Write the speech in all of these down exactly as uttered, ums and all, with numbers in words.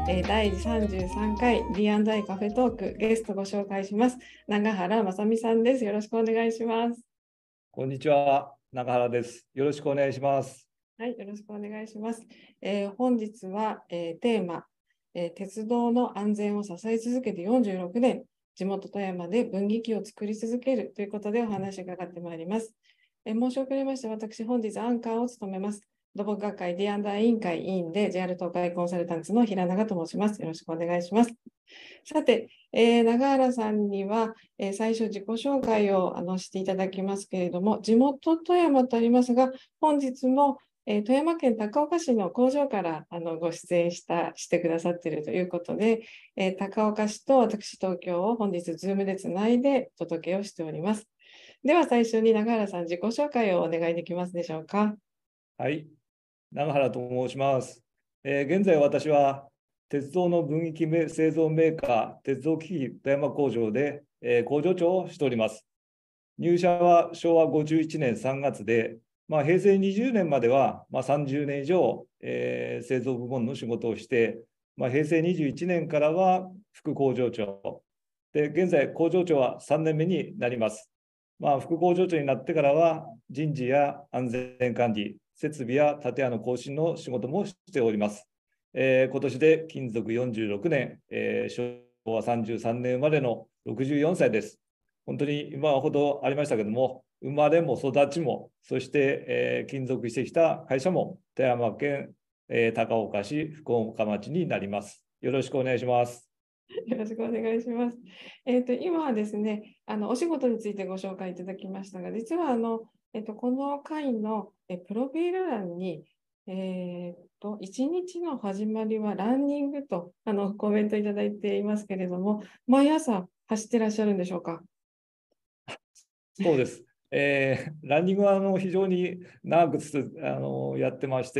えー、だいさんじゅうさんかい ディーアンドアイ カフェトーク、ゲストご紹介します。永原正美さんです。よろしくお願いします。 こんにちは、永原です。よろしくお願いします。 はい、よろしくお願いします。えー、本日は、えー、テーマ、えー、鉄道の安全を支え続けてよんじゅうろくねん、地元富山で分岐器を作り続けるということでお話を伺ってまいります。えー、申し遅れまして、私、本日アンカーを務めます。土木学会 ディーアンドアイ 委員会委員で ジェイアール 東海コンサルタンツの平永と申します。よろしくお願いします。さて、えー、永原さんには、えー、最初自己紹介をあのしていただきますけれども、地元富山とありますが、本日も、えー、富山県高岡市の工場からあのご出演したしてくださっているということで、えー、高岡市と私東京を本日 Zoom でつないでお届けをしております。では最初に永原さん、自己紹介をお願いできますでしょうか。 はい、永原と申します。えー、現在私は鉄道の分岐器製造メーカー、鉄道機器富山工場で、えー、工場長をしております。入社はしょうわごじゅういちねんさんがつで、まあ、へいせいにじゅうねんまでは、まあ、さんじゅうねん以上、えー、製造部門の仕事をして、まあ、へいせいにじゅういちねんからは副工場長で、現在工場長はさんねんめになります。まあ、副工場長になってからは人事や安全管理、設備や建屋の更新の仕事もしております。えー、今年で勤続よんじゅうろくねん、えー、しょうわさんじゅうさんねん生まれのろくじゅうよんさいです。本当に今ほどありましたけども、生まれも育ちも、そして、えー、勤続してきた会社も富山県、えー、高岡市福岡町になります。よろしくお願いします。 よろしくお願いします。えーと、今はですね、あのお仕事についてご紹介いただきましたが、実はあの、えーと、この回のえプロフィール欄に、えーと、一日の始まりはランニングとあのコメントいただいていますけれども、毎朝走ってらっしゃるんでしょうか。 そうです。えー、ランニングはあの非常に長くつあのやってまして、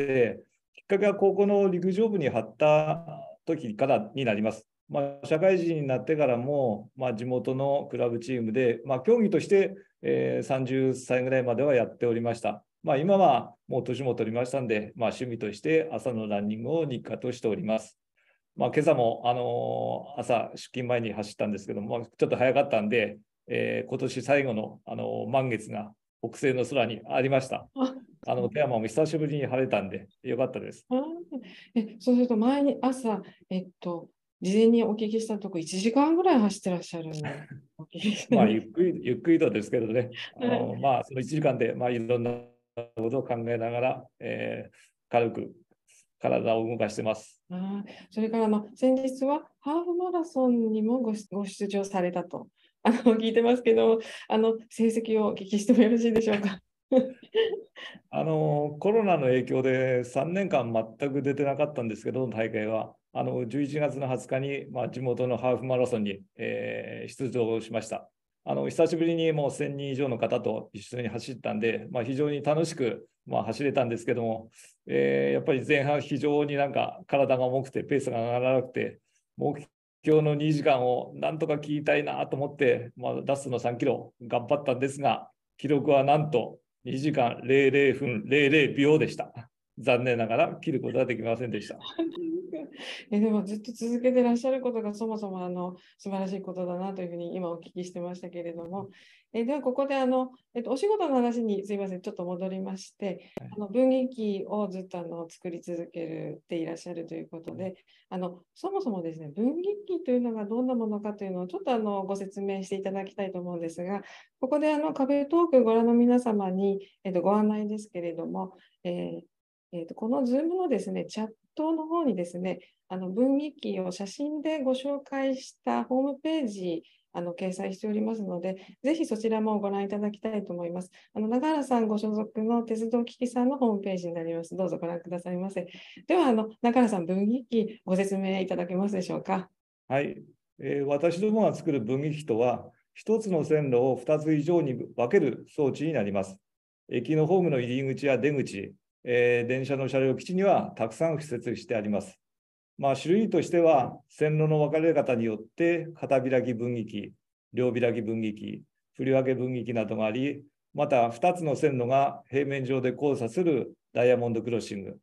きっかけは高校の陸上部に入った時からになります。まあ、社会人になってからも、まあ、地元のクラブチームで、まあ、競技として、えー、さんじゅっさいぐらいまではやっておりました。まあ、今はもう年も取りましたんで、まあ、趣味として朝のランニングを日課としております。まあ、今朝も、あのー、朝出勤前に走ったんですけども、ちょっと早かったんで、えー、今年最後の、あの満月が北西の空にありました。 あ、 あの富山も久しぶりに晴れたんで、よかったです。 えそうすると、前に朝、えっと、事前にお聞きしたところ、いちじかんぐらい走ってらっしゃるんで、お聞きしてまあ、 ね。 ゆっくり、ゆっくりとですけどね、あはい。 のまあ、そのいちじかんで、まあ、いろんなことを考えながら、えー、軽く体を動かしてます。 あそれから、まあ、先日はハーフマラソンにもごご出場されたとあの聞いてますけど、あの成績をお聞きしてもよろしいでしょうか。 あのコロナの影響でさんねんかん全く出てなかったんですけど、大会は。あのじゅういちがつのはつかに、まあ、地元のハーフマラソンに、えー、出場しました。あの久しぶりにもうせんにん以上の方と一緒に走ったんで、まあ、非常に楽しく、まあ、走れたんですけども、えー、やっぱり前半非常になんか体が重くてペースが上がらなくて、目標のにじかんをなんとか切りたいなと思って、まあ、ラストのさんキロ頑張ったんですが、記録はなんとにじかんれいれいふんれいれいびょうでした。残念ながら切ることはできませんでした。 えでもずっと続けてらっしゃることがそもそもあの素晴らしいことだなというふうに今お聞きしてましたけれども、えではここであの、えっと、お仕事の話にすいません、ちょっと戻りまして、あの分岐器をずっとあの作り続けるていらっしゃるということで、あのそもそもですね、分岐器というのがどんなものかというのをちょっとあのご説明していただきたいと思うんですが、ここであのカフェトークご覧の皆様に、えっと、ご案内ですけれども、えーえー、とこの Zoom のですね、チャットの方にですね、あの分岐器を写真でご紹介したホームページ、あの掲載しておりますので、ぜひそちらもご覧いただきたいと思います。あの永原さんご所属の鉄道機器さんのホームページになります。どうぞご覧くださいませ。では、あの永原さん、分岐器ご説明いただけますでしょうか。 はい、えー、私どもが作る分岐器とは、一つの線路を二つ以上に分ける装置になります。駅のホームの入り口や出口、えー、電車の車両基地にはたくさん敷設してあります。まあ、種類としては、線路の分かれ方によって、片開き分岐器、両開き分岐器、振り分け分岐器などがあり、またふたつの線路が平面上で交差するダイヤモンドクロッシング、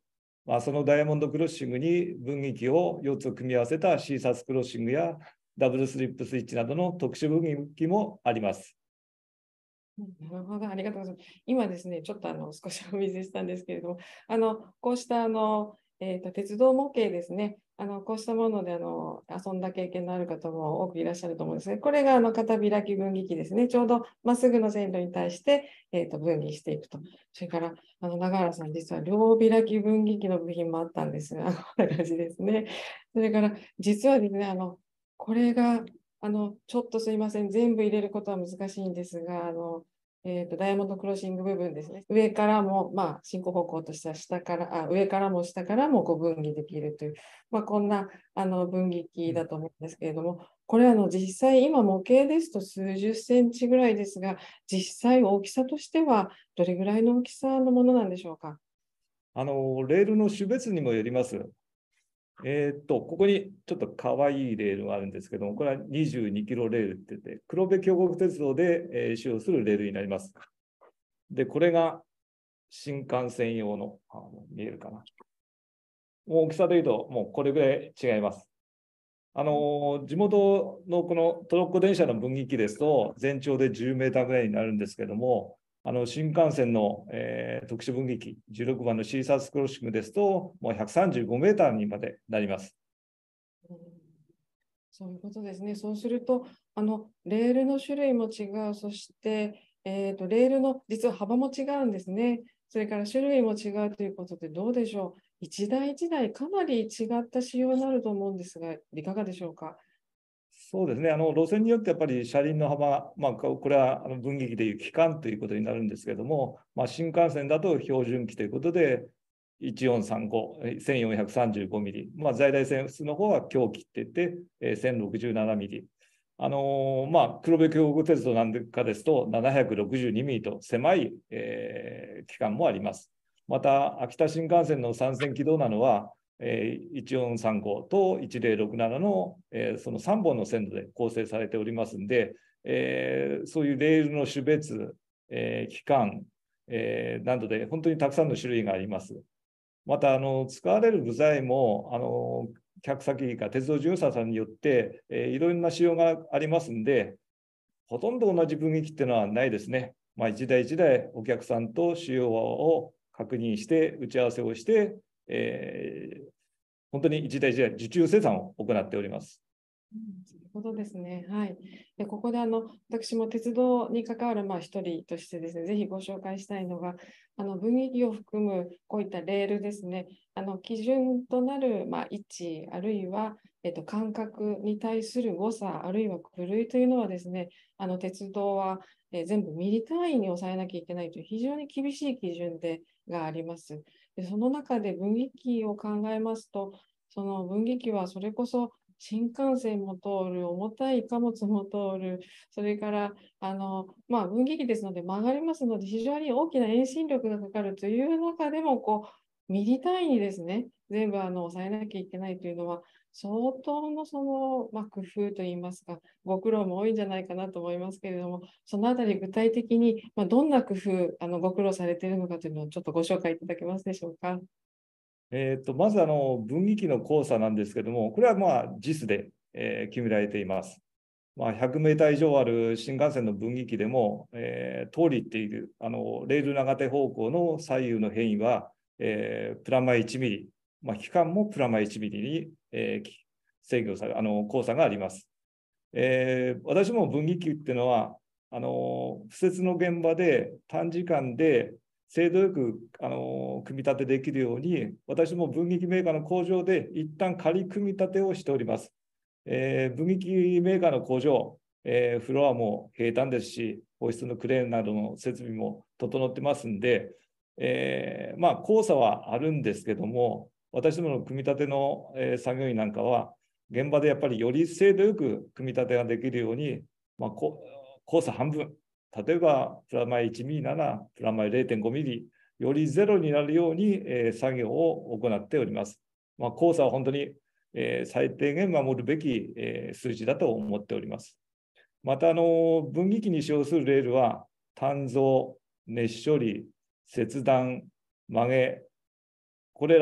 まあ、そのダイヤモンドクロッシングに分岐器をよっつ組み合わせたシーサスクロッシングやダブルスリップスイッチなどの特殊分岐器もあります。 なるほど、ありがとうございます。今ですね、ちょっとあの少しお見せしたんですけれども、あのこうしたあの、えーと、鉄道模型ですね、あのこうしたものであの遊んだ経験のある方も多くいらっしゃると思うんですが、これがあの片開き分岐器ですね、ちょうどまっすぐの線路に対して、えーと、分岐していくと。それからあの永原さん、実は両開き分岐器の部品もあったんですが、こんな感じですね。それから実はですね、あのこれがあのちょっとすいません、全部入れることは難しいんですが、あのえーと、ダイヤモンドクロッシング部分ですね。上からも、まあ、進行方向としては下から、あ上からも下からもこう分岐できるという、まあ、こんなあの分岐器だと思うんですけれども、これあの実際、今模型ですと数十センチぐらいですが、実際大きさとしてはどれぐらいの大きさのものなんでしょうか。 あのレールの種別にもよります。えーっと、ここにちょっとかわいいレールがあるんですけども、これはにじゅうにキロレールって言って、黒部峡谷鉄道で、えー使用するレールになります。で、これが新幹線用の、あ見えるかな。大きさでいうと、もうこれぐらい違います。あの地元のこのトロッコ電車の分岐器ですと、全長でじゅうメーターぐらいになるんですけども、あの新幹線の、えー、特殊分岐器、じゅうろくばんのシーサスクロッシングですと、もうひゃくさんじゅうごメーターにまでなります。 うん、そういうことですね。そうすると、あのレールの種類も違う、そして、えーと、レールの実は幅も違うんですね。それから種類も違うということで、どうでしょう。一台一台かなり違った仕様になると思うんですが、いかがでしょうか。 そうですね、あの路線によってやっぱり車輪の幅、まあ、これはあの分岐器でいう期間ということになるんですけれども、まあ、新幹線だと標準機ということで、いちよんさんご、せんよんひゃくさんじゅうごミリ、まあ、在来線普通の方は強機って言って、えー、せんろくじゅうななミリ。あのー、まあ、黒部峡谷鉄道なんかですと、ななひゃくろくじゅうにミリと狭い、えー、期間もあります。また、秋田新幹線のさん線軌道なのは、いちよんさんごといちぜろろくななの、えー、そのさんぼんの線路で構成されておりますので、えー、そういうレールの種別、えー、期間、えー、などで本当にたくさんの種類があります。またあの使われる部材もあの客先か鉄道事業者さんによって、えー、いろんな仕様がありますので、ほとんど同じ分岐器っていうのはないですね。まあ、一台一台お客さんと仕様を確認して打ち合わせをして、えー、本当に一台一台受注生産を行っております。 うん、そういうことですね。はい。で、ここであの私も鉄道に関わるまあ一人としてですね、ぜひご紹介したいのが、あの分岐器を含むこういったレールですね、あの基準となるまあ位置、あるいはえっと間隔に対する誤差、あるいは狂いというのはですね、あの鉄道はえ全部ミリ単位に抑えなきゃいけないという非常に厳しい基準でがあります。で、その中で分岐器を考えますと、その分岐器はそれこそ新幹線も通る、重たい貨物も通る、それからあの、まあ、分岐器ですので曲がりますので、非常に大きな遠心力がかかるという中でも、こうミリ単位にですね、全部あの抑えなきゃいけないというのは、相当のその、まあ、工夫といいますか、ご苦労も多いんじゃないかなと思いますけれども、そのあたり具体的に、まあ、どんな工夫、あのご苦労されているのかというのをちょっとご紹介いただけますでしょうか。 えー、とまずあの分岐器の交差なんですけども、これはまあ ジス で、えー決められています。まあ、ひゃくメーター以上ある新幹線の分岐器でも、えー、通りっているあのレール長手方向の左右の変異は、えー、プラマイいちミリ、まあ、期間もプラマイいちミリに、えー、制御され、あの交差があります。えー、私も分岐器っていうのは、あの敷設の現場で短時間で精度よく、あの組み立てできるように、私も分岐器メーカーの工場で一旦仮組み立てをしております。えー、分岐器メーカーの工場、えー、フロアも平坦ですし、放出のクレーンなどの設備も整ってますんで、えー、まあ、交差はあるんですけども、私どもの組み立ての、えー、作業員なんかは、現場でやっぱりより精度よく組み立てができるように、まあ、交差半分、例えばプラマイいちミリならプラマイ れいてんごミリ、よりゼロになるように、えー、作業を行っております。まあ、交差は本当に、えー、最低限守るべき、えー、数字だと思っております。また、あの分岐器に使用するレールは、鍛造、熱処理、切断、曲げ、これら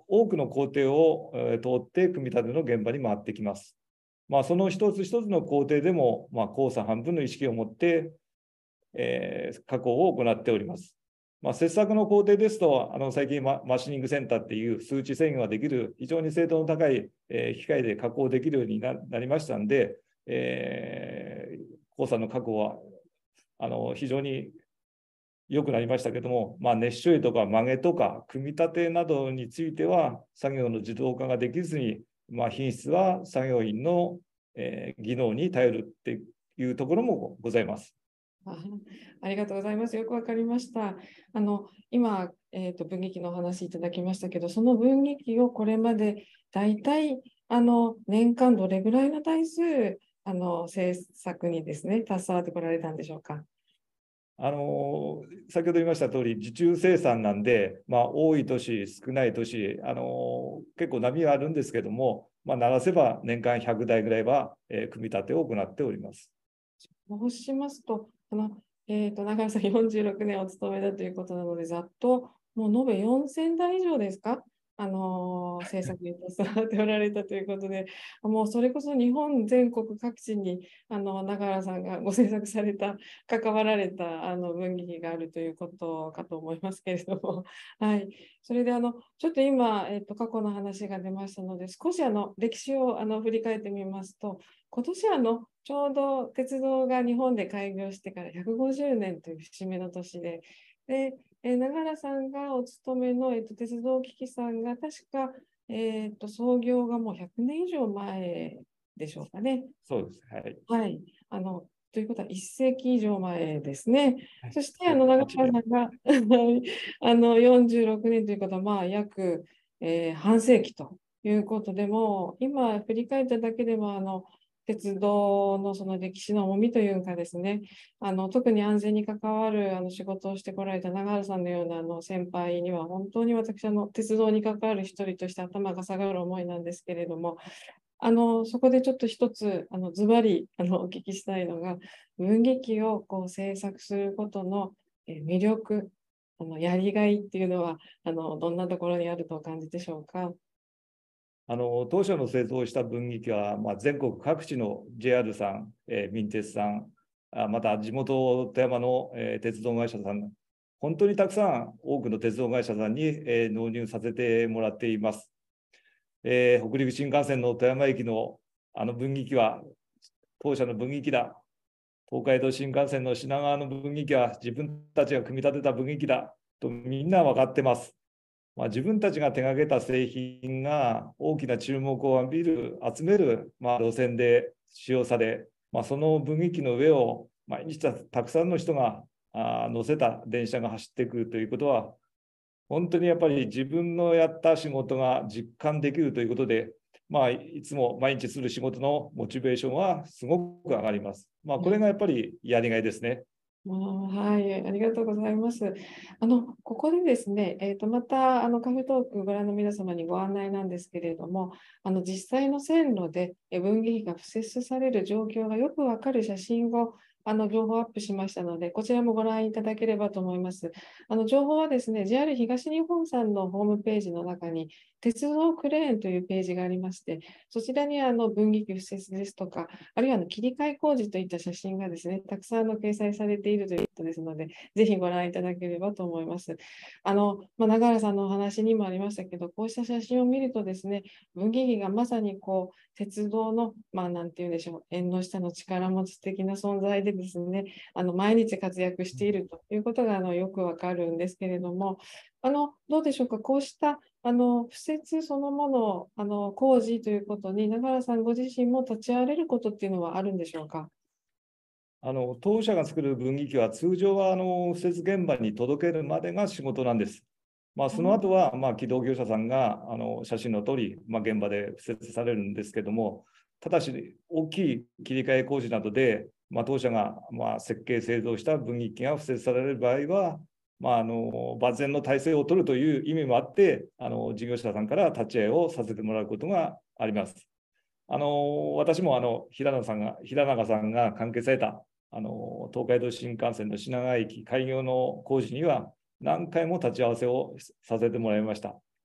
多くの工程を、えー、通って組み立ての現場に回ってきます。まあ、その一つ一つの工程でも、まあ、交差半分の意識を持って、えー、加工を行っております。まあ、切削の工程ですと、あの最近マ、マシニングセンターっていう数値制御ができる、非常に精度の高い、えー、機械で加工できるように な, なりましたんで、えー、交差の加工はあの非常に良くなりましたけども、まあ、熱処理とか曲げとか組み立てなどについては、作業の自動化ができずに、まあ、品質は作業員の、えー、技能に頼るっていうところもございます。 あ、ありがとうございます。よくわかりました。あの今、えーと、分岐器のお話いただきましたけど、その分岐器をこれまで大体あの年間どれぐらいの台数あの制作にですね、携わってこられたんでしょうか。 あの先ほど言いました通り、受注生産なんで、まあ、多い年、少ない年、あの結構波はあるんですけども、まあ、鳴らせば年間ひゃくだいぐらいは、えー、組み立てを行っております。 そうしますと、あのえーと、永井さんよんじゅうろくねんお勤めだということなので、ざっともう延べよんせんだい以上ですか、あの制作に携わっておられたということで、もうそれこそ日本全国各地にあの永原さんがご制作された、関わられたあの分岐器があるということかと思いますけれども、はい、それであのちょっと今、えーと、過去の話が出ましたので、少しあの歴史をあの振り返ってみますと、今年あのちょうど鉄道が日本で開業してからひゃくごじゅうねんという節目の年で、で、えー、永原さんがお勤めの、えーと、鉄道機器さんが確か、えーと、創業がもうひゃくねん以上前でしょうかね。 そうです。はい。 はい。あのということはいっせいき以上前ですね。 はい、 そしてあの永原さんがあのよんじゅうろくねんということは、まあ、約、えー、半世紀ということでも、今振り返っただけでもあの鉄道のその歴史の重みというかですね、あの特に安全に関わるあの仕事をしてこられた永原さんのようなあの先輩には、本当に私あの鉄道に関わる一人として頭が下がる思いなんですけれども、あのそこでちょっと一つあのズバリあのお聞きしたいのが、分岐器をこう制作することの魅力、あのやりがいっていうのはあのどんなところにあるとお感じでしょうか。 あの当社の製造した分岐器は、まあ、全国各地の ジェイアール さん、えー、民鉄さん、あまた地元富山の、えー、鉄道会社さん、本当にたくさん多くの鉄道会社さんに、えー、納入させてもらっています。えー、北陸新幹線の富山駅のあの分岐器は当社の分岐器だ。東海道新幹線の品川の分岐器は自分たちが組み立てた分岐器だとみんな分かってます。まあ、自分たちが手がけた製品が大きな注目を浴びる、集める、まあ、路線で使用され、まあ、その分岐器の上を毎日たくさんの人があ乗せた電車が走ってくるということは、本当にやっぱり自分のやった仕事が実感できるということで、まあ、いつも毎日する仕事のモチベーションはすごく上がります。まあ、これがやっぱりやりがいですね。 はい、ありがとうございます。あの、ここでですね、えーと、またあのカフェトークご覧の皆様にご案内なんですけれども、あの実際の線路で分岐器が敷設される状況がよくわかる写真をあの情報アップしましたので、こちらもご覧いただければと思います。あの情報はですね、ジェイアール 東日本さんのホームページの中に、鉄道クレーンというページがありまして、そちらにあの分岐器敷設ですとか、あるいはあの切り替え工事といった写真がですね、たくさんの掲載されているということですので、ぜひご覧いただければと思います。あの、まあ、永原さんのお話にもありましたけど、こうした写真を見るとですね、分岐器がまさにこう鉄道の、まあ、なんていうんでしょう、縁の下の力持ち的な存在でですね、あの毎日活躍しているということがあのよくわかるんですけれども、あのどうでしょうか、こうしたあの敷設そのもの、あの工事ということに、永原さんご自身も立ち会われることっていうのはあるんでしょうか。 あの当社が作る分岐器は通常はあの敷設現場に届けるまでが仕事なんです。まあ、その後はまあ軌道業者さんがあの写真の通り、まあ、現場で敷設されるんですけども、ただし大きい切り替え工事などで、まあ、当社がまあ設計製造した分岐器が敷設される場合は、まあ、あの万全の体制を取るという意味もあって、あの事業者さんから立ち会いをさせてもらうことがあります。あの私もあの平野さんが平永さんが関係されたあの東海道新幹線の品川駅開業の工事には何回も立ち合わせをさせてもらいました。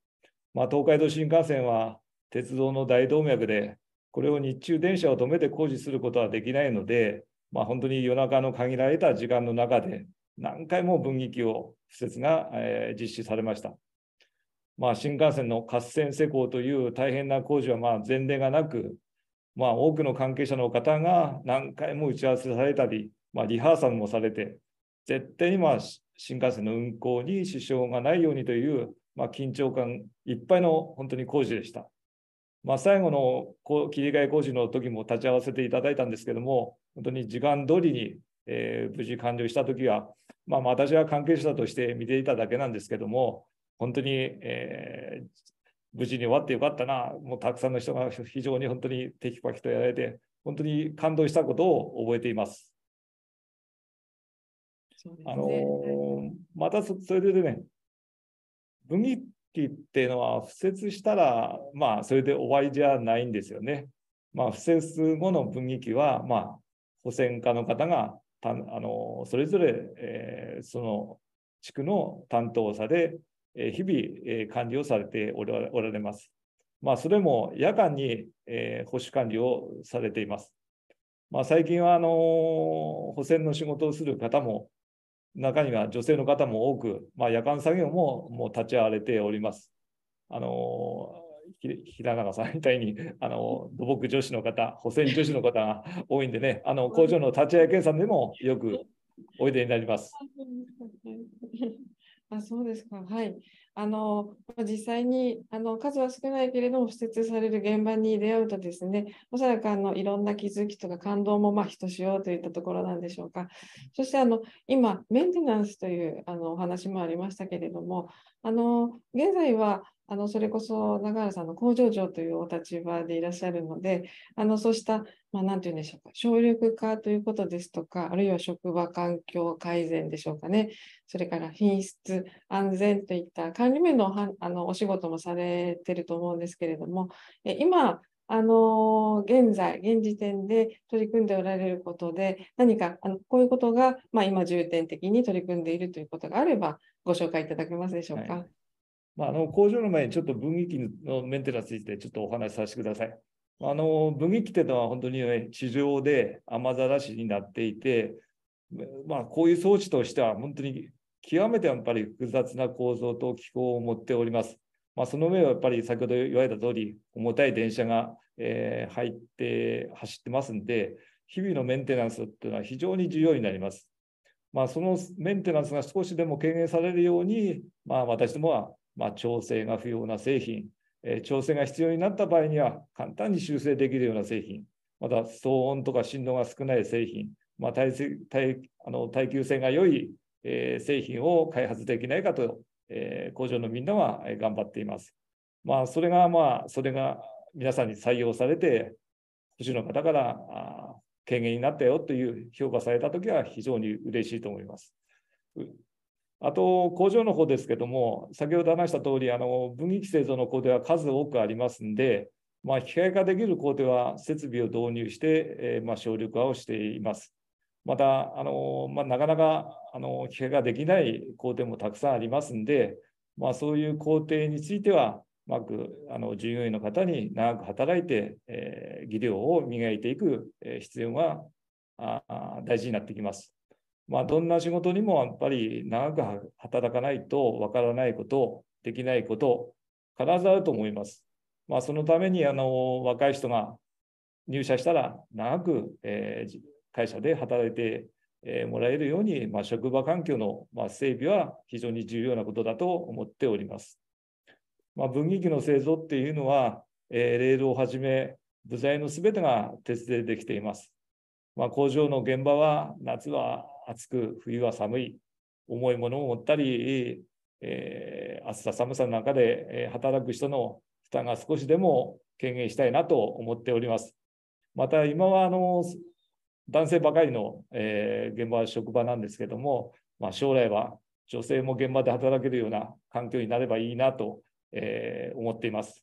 まあ、東海道新幹線は鉄道の大動脈で、これを日中電車を止めて工事することはできないので、まあ、本当に夜中の限られた時間の中で何回も分岐器を敷設が、えー、実施されました。まあ、新幹線の合線施工という大変な工事はまあ前例がなく、まあ、多くの関係者の方が何回も打ち合わせされたり、まあ、リハーサルもされて、絶対にまあ新幹線の運行に支障がないようにという、まあ、緊張感いっぱいの本当に工事でした。まあ、最後の切り替え工事の時も立ち会わせていただいたんですけども、本当に時間通りに、えー、無事完了した時は、まあ、私は関係者として見ていただけなんですけども、本当に、えー、無事に終わってよかったな、もうたくさんの人が非常に本当にテキパキとやられて、本当に感動したことを覚えています。 そうですね、 あのまた そ, それでね、分岐器っていうのは、敷設したら、まあ、それで終わりじゃないんですよね。まあ、敷設後の分岐器は、まあ、保線課の方がたあのそれぞれ、えー、その地区の担当者で、えー、日々、えー、管理をされておらおられます。まあ、それも夜間に、えー、保守管理をされています。まあ、最近はあの保線の仕事をする方も、中には女性の方も多く、まあ、夜間作業ももう立ち会われております。あの平永さんみたいにあの土木女子の方、保線女子の方が多いんでね、あの工場の立ち会い検査でもよくおいでになります。 あ、そうですか。はい。あの、実際にあの数は少ないけれども、敷設される現場に出会うとですね、おそらくあのいろんな気づきとか感動もまあひとしおといったところなんでしょうか。そしてあの今、メンテナンスというあのお話もありましたけれども、あの現在はあのそれこそ永原さんの工場長というお立場でいらっしゃるので、あのそうした、まあ、なんていうんでしょうか、省力化ということですとか、あるいは職場環境改善でしょうかね、それから品質、安全といった管理面のはあのお仕事もされてると思うんですけれども、え今、あの現在、現時点で取り組んでおられることで、何かあのこういうことが、まあ、今、重点的に取り組んでいるということがあれば、ご紹介いただけますでしょうか。はい、 まあ、あの工場の前にちょっと分岐器のメンテナンスについてちょっとお話しさせてください。あの分岐器というのは本当に、ね、地上で雨ざらしになっていて、まあ、こういう装置としては本当に極めてやっぱり複雑な構造と機構を持っております。まあ、その上はやっぱり先ほど言われた通り、重たい電車が、えー、入って走ってますんで、日々のメンテナンスというのは非常に重要になります。まあ、そのメンテナンスが少しでも軽減されるように、まあ、私どもはまあ調整が不要な製品、えー、調整が必要になった場合には簡単に修正できるような製品、また騒音とか振動が少ない製品、まあ、耐耐あの耐久性が良い、えー、製品を開発できないかと、えー、工場のみんなは頑張っています。まあ、それが、まあ、それが皆さんに採用されて、保守の方からあ軽減になったよという評価されたときは非常に嬉しいと思います。あと、工場の方ですけども、先ほど話した通り、あの分岐器製造の工程は数多くありますんで、まあ、機械化できる工程は設備を導入して、えーまあ、省力化をしています。また、あのまあ、なかなかあの機械化できない工程もたくさんありますんで、まあ、そういう工程については、うまくあの従業員の方に長く働いて、えー、技量を磨いていく必要があ大事になってきます。まあ、どんな仕事にもやっぱり長く働かないとわからないこと、できないこと、必ずあると思います。まあ、そのためにあの若い人が入社したら長く、えー、会社で働いてもらえるように、まあ、職場環境の整備は非常に重要なことだと思っております。まあ、分岐器の製造っていうのは、えー、レールをはじめ部材のすべてが鉄でできています。まあ、工場の現場は夏は暑く冬は寒い、重いものを持ったり、えー、暑さ寒さの中で働く人の負担が少しでも軽減したいなと思っております。また今はあの男性ばかりの、えー、現場職場なんですけども、まあ、将来は女性も現場で働けるような環境になればいいなと、えー、思っています。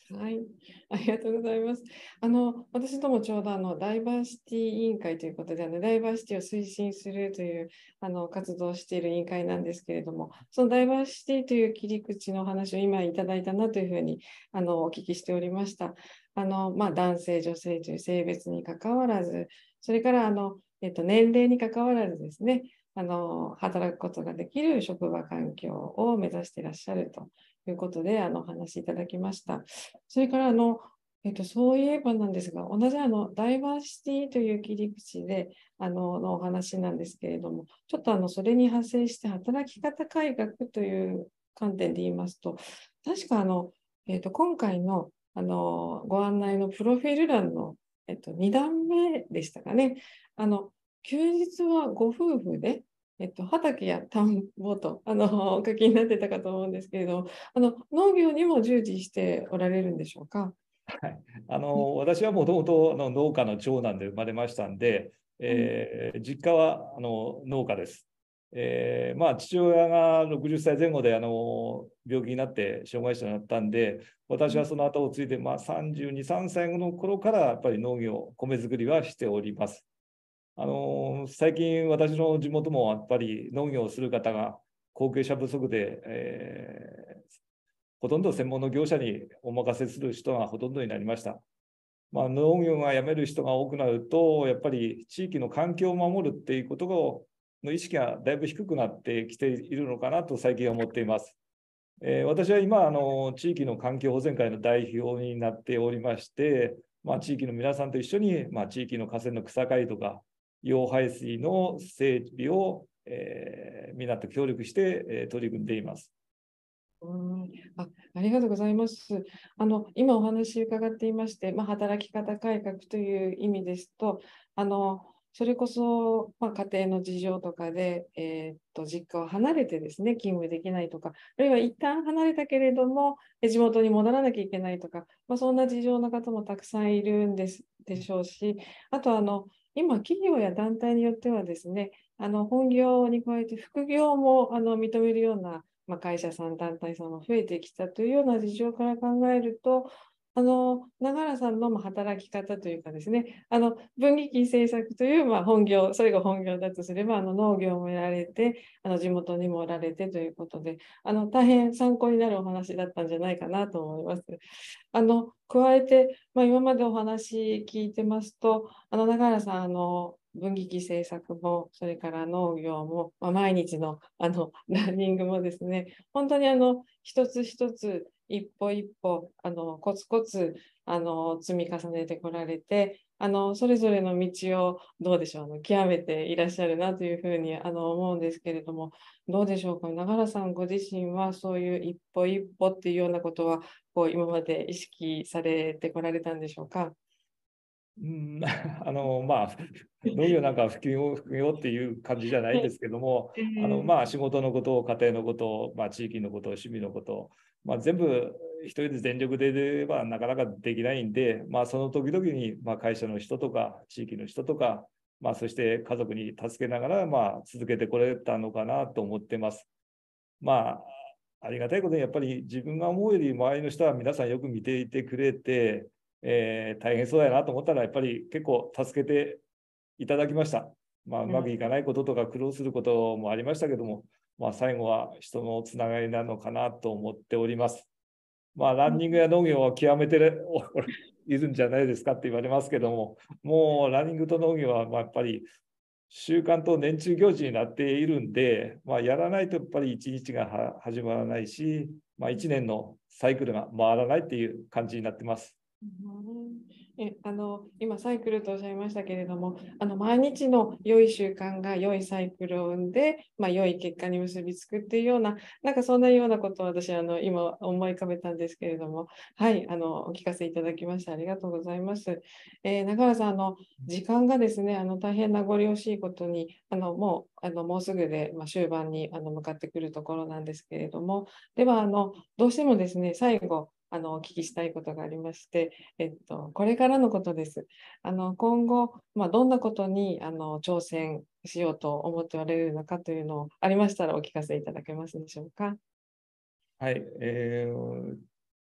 はい、ありがとうございます。あの、私どもちょうどあのダイバーシティ委員会ということで、あのダイバーシティを推進するというあの活動をしている委員会なんですけれども、そのダイバーシティという切り口の話を今いただいたなというふうにあのお聞きしておりました。あの、まあ、男性、女性という性別にかかわらず、それからあの、えっと、年齢にかかわらずですね、あの働くことができる職場環境を目指していらっしゃるということで、あのお話しいただきました。それからあの、えっと、そういえばなんですが、同じあのダイバーシティという切り口であののお話なんですけれども、ちょっとあのそれに派生して働き方改革という観点で言いますと、確かあの、えっと、今回の、あのご案内のプロフィール欄の、えっと、に段目でしたかね。あの休日はご夫婦で、えっと、畑や田んぼとあのお書きになってたかと思うんですけれども、あの農業にも従事しておられるんでしょうか。 はい、あの私はもともと農家の長男で生まれましたんで、 はい、 えー実家はあの農家です。えーまあ、父親がろくじゅっさいぜん後であの病気になって障害者になったんで、私はその後を継いで、まあ、さんじゅうに、さんさいの頃からやっぱり農業、米作りはしております。あの最近、私の地元もやっぱり農業をする方が後継者不足で、えーほとんど専門の業者にお任せする人がほとんどになりました。まあ、農業が辞める人が多くなると、やっぱり地域の環境を守るっていうことの意識がだいぶ低くなってきているのかなと最近は思っています。えー私は今あの、地域の環境保全会の代表になっておりまして、まあ、地域の皆さんと一緒に、まあ、地域の河川の草刈りとか、溶排水の整備を、えー、みんなと協力して、えー取り組んでいます。 うん、あ、ありがとうございます。あの、今お話伺っていまして、まあ、働き方改革という意味ですと、あの、それこそ、まあ、家庭の事情とかで、えーっと、実家を離れてですね、勤務できないとか、あるいは一旦離れたけれども、え地元に戻らなきゃいけないとか、まあ、そんな事情の方もたくさんいるんですでしょうし、あと、あの、今、企業や団体によってはですね、あの本業に加えて副業もあの認めるようなまあ、会社さん、団体さんも増えてきたというような事情から考えると、あの永原さんの働き方というかですね、あの分岐器政策というまあ本業、それが本業だとすれば、あの農業もやられて、あの地元にもおられてということで、あの大変参考になるお話だったんじゃないかなと思います。あの加えて、まあ、今までお話聞いてますと、あの永原さん、あの分岐器政策も、それから農業も、まあ、毎日のあのランニングもですね、本当にあの一つ一つ、一歩一歩、あのコツコツあの積み重ねてこられて、あのそれぞれの道をどうでしょう、あの極めていらっしゃるなというふうにあの思うんですけれども、どうでしょうか、永原さんご自身はそういう一歩一歩っていうようなことは、こう今まで意識されてこられたんでしょうか。 うん、あの、まあ、農業なんか副業、副業っていう感じじゃないんですけども、 えあの、 ーまあ、仕事のこと、家庭のこと、まあ、地域のこと、趣味のこと、まあ、全部一人で全力ででればなかなかできないんで、まあ、その時々に、まあ、会社の人とか、地域の人とか、まあ、そして家族に助けながら、まあ、続けてこれたのかなと思ってます。まあ、ありがたいことに、やっぱり自分が思うより周りの人は皆さんよく見ていてくれて、えー大変そうやなと思ったら、やっぱり結構助けていただきました。まあ、うまくいかないこととか苦労することもありましたけども、まあ、最後は人のつながりなのかなと思っております。まあ、ランニングや農業は極めているんじゃないですかって言われますけども、もうランニングと農業はまあやっぱり習慣と年中行事になっているんで、まあ、やらないとやっぱり一日が始まらないし、まあ、一年のサイクルが回らないっていう感じになってます。 えあの今、サイクルとおっしゃいましたけれども、あの毎日の良い習慣が良いサイクルを生んで、まあ、良い結果に結びつくっていうような、なんかそんなようなことを私あの今思い浮かべたんですけれども、はい、あのお聞かせいただきましてありがとうございます。えー、中原さん、あの時間がですね、あの大変名残惜しいことに、あのもうあのもうすぐで、まあ、終盤にあの向かってくるところなんですけれども、ではあのどうしてもですね、最後あのお聞きしたいことがありまして、えっと、これからのことです。あの今後、まあ、どんなことにあの挑戦しようと思っておられるのかというのをありましたらお聞かせいただけますでしょうか。 はい、えー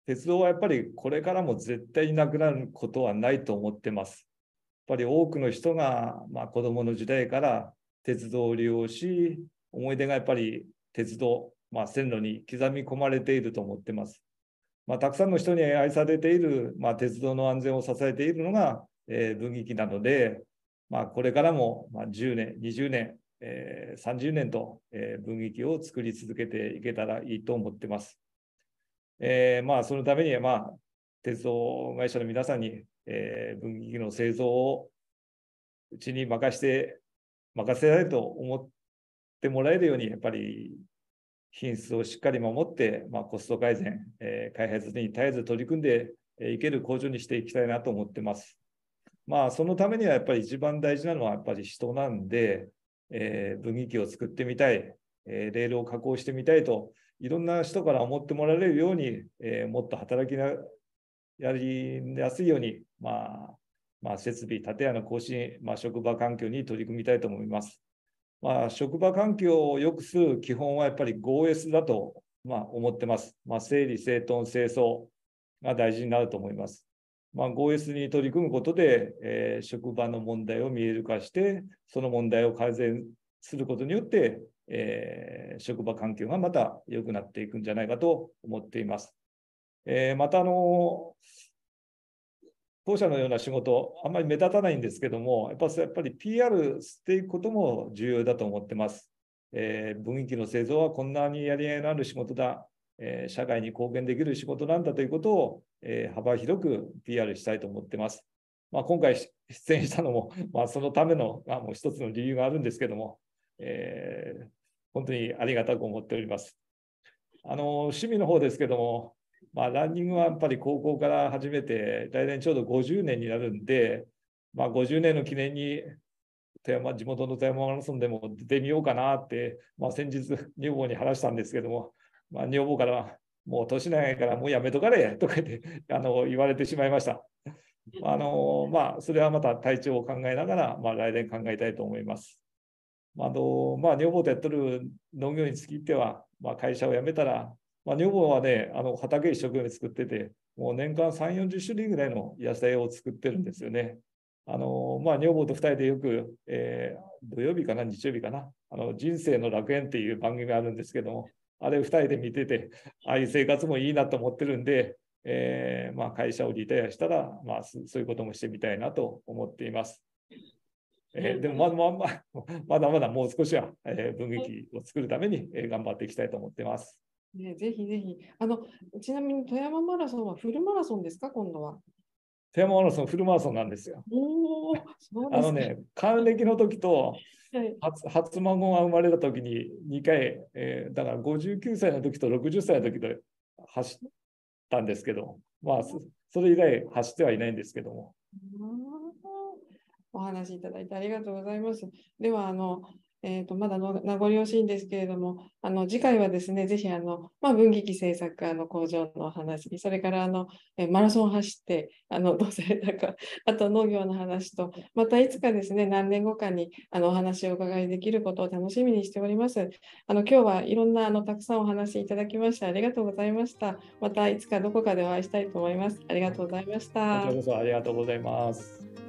鉄道はやっぱりこれからも絶対になくなることはないと思ってます。やっぱり多くの人が、まあ、子どもの時代から鉄道を利用し、思い出がやっぱり鉄道、まあ、線路に刻み込まれていると思ってます。まあ、たくさんの人に愛されている、まあ、鉄道の安全を支えているのが、えー、分岐器なので、まあ、これからも、まあ、じゅうねん、にじゅうねん、えー、さんじゅうねんと、えー、分岐器を作り続けていけたらいいと思ってます。えー、まあ、そのためには、まあ、鉄道会社の皆さんに、えー、分岐器の製造をうちに任して、任せられると思ってもらえるように、やっぱり品質をしっかり守って、まあ、コスト改善、えー、開発に絶えず取り組んでいける工場にしていきたいなと思ってます。まあ、そのためにはやっぱり一番大事なのはやっぱり人なんで、えー、分岐器を作ってみたい、えー、レールを加工してみたいと、いろんな人から思ってもらえるように、えー、もっと働きな、やりやすいように、まあ、まあ、設備、建屋の更新、まあ、職場環境に取り組みたいと思います。まあ、職場環境を良くする基本はやっぱり ゴーエス だと、まあ、思ってます。まあ、整理整頓清掃が大事になると思います。まあ、ゴーエス に取り組むことで、えー、職場の問題を見える化して、その問題を改善することによって、えー、職場環境がまた良くなっていくんじゃないかと思っています。えー、また、あの、当社のような仕事、あんまり目立たないんですけども、やっぱやっぱり ピーアール していくことも重要だと思ってます。えー、分岐器の製造はこんなにやりがいのある仕事だ、えー、社会に貢献できる仕事なんだということを、えー、幅広く ピーアール したいと思ってます。まあ、今回出演したのも、まあ、そのためのあもう一つの理由があるんですけども、えー、本当にありがたく思っております。あの趣味の方ですけども、まあ、ランニングはやっぱり高校から始めて、来年ちょうどごじゅうねんになるんで、まあ、ごじゅうねんの記念に富山、地元の富山マラソンでも出てみようかなって、まあ、先日、女房に話したんですけども、まあ、女房からは、もう年長いからもうやめとかれとか言ってあの言われてしまいました。あのまあ、それはまた体調を考えながら、まあ、来年考えたいと思います。あのまあ、女房とやってる農業につきっては、まあ、会社を辞めたら、まあ、女房はね、あの畑一生懸命作ってて、もう年間さん、よんじゅっ種類ぐらいの野菜を作ってるんですよね。あのまあ、女房とふたりでよく、えー、土曜日かな、日曜日かな、あの人生の楽園っていう番組があるんですけども、あれふたりで見てて、ああいう生活もいいなと思ってるんで、えーまあ、会社をリタイアしたら、まあ、そういうこともしてみたいなと思っています。えー、でもまだまだまだまだもう少しは、えー、分岐器を作るために、えー、頑張っていきたいと思っています。 ね、ぜひぜひあの。ちなみに富山マラソンはフルマラソンですか、今度は。 富山マラソン、フルマラソンなんですよ。 おー、そうですか。 あのね、還暦の時と、 はい、 初, 初孫が生まれた時ににかい、えー、だからごじゅうきゅうさいの時とろくじゅっさいの時で走ったんですけど、まあ、そ, それ以来走ってはいないんですけども。 お話いただいてありがとうございます。では、あの、えーと、まだの名残惜しいんですけれども、あの次回はですね、ぜひあの、まあ、分岐器製作あの工場の話、それからあのえマラソンを走ってあのどうされたか、あと農業の話と、またいつかですね、何年後かにあのお話をお伺いできることを楽しみにしております。あの今日はいろんなあのたくさんお話いただきましてありがとうございました。またいつかどこかでお会いしたいと思います。ありがとうございました。 こちらこそありがとうございます。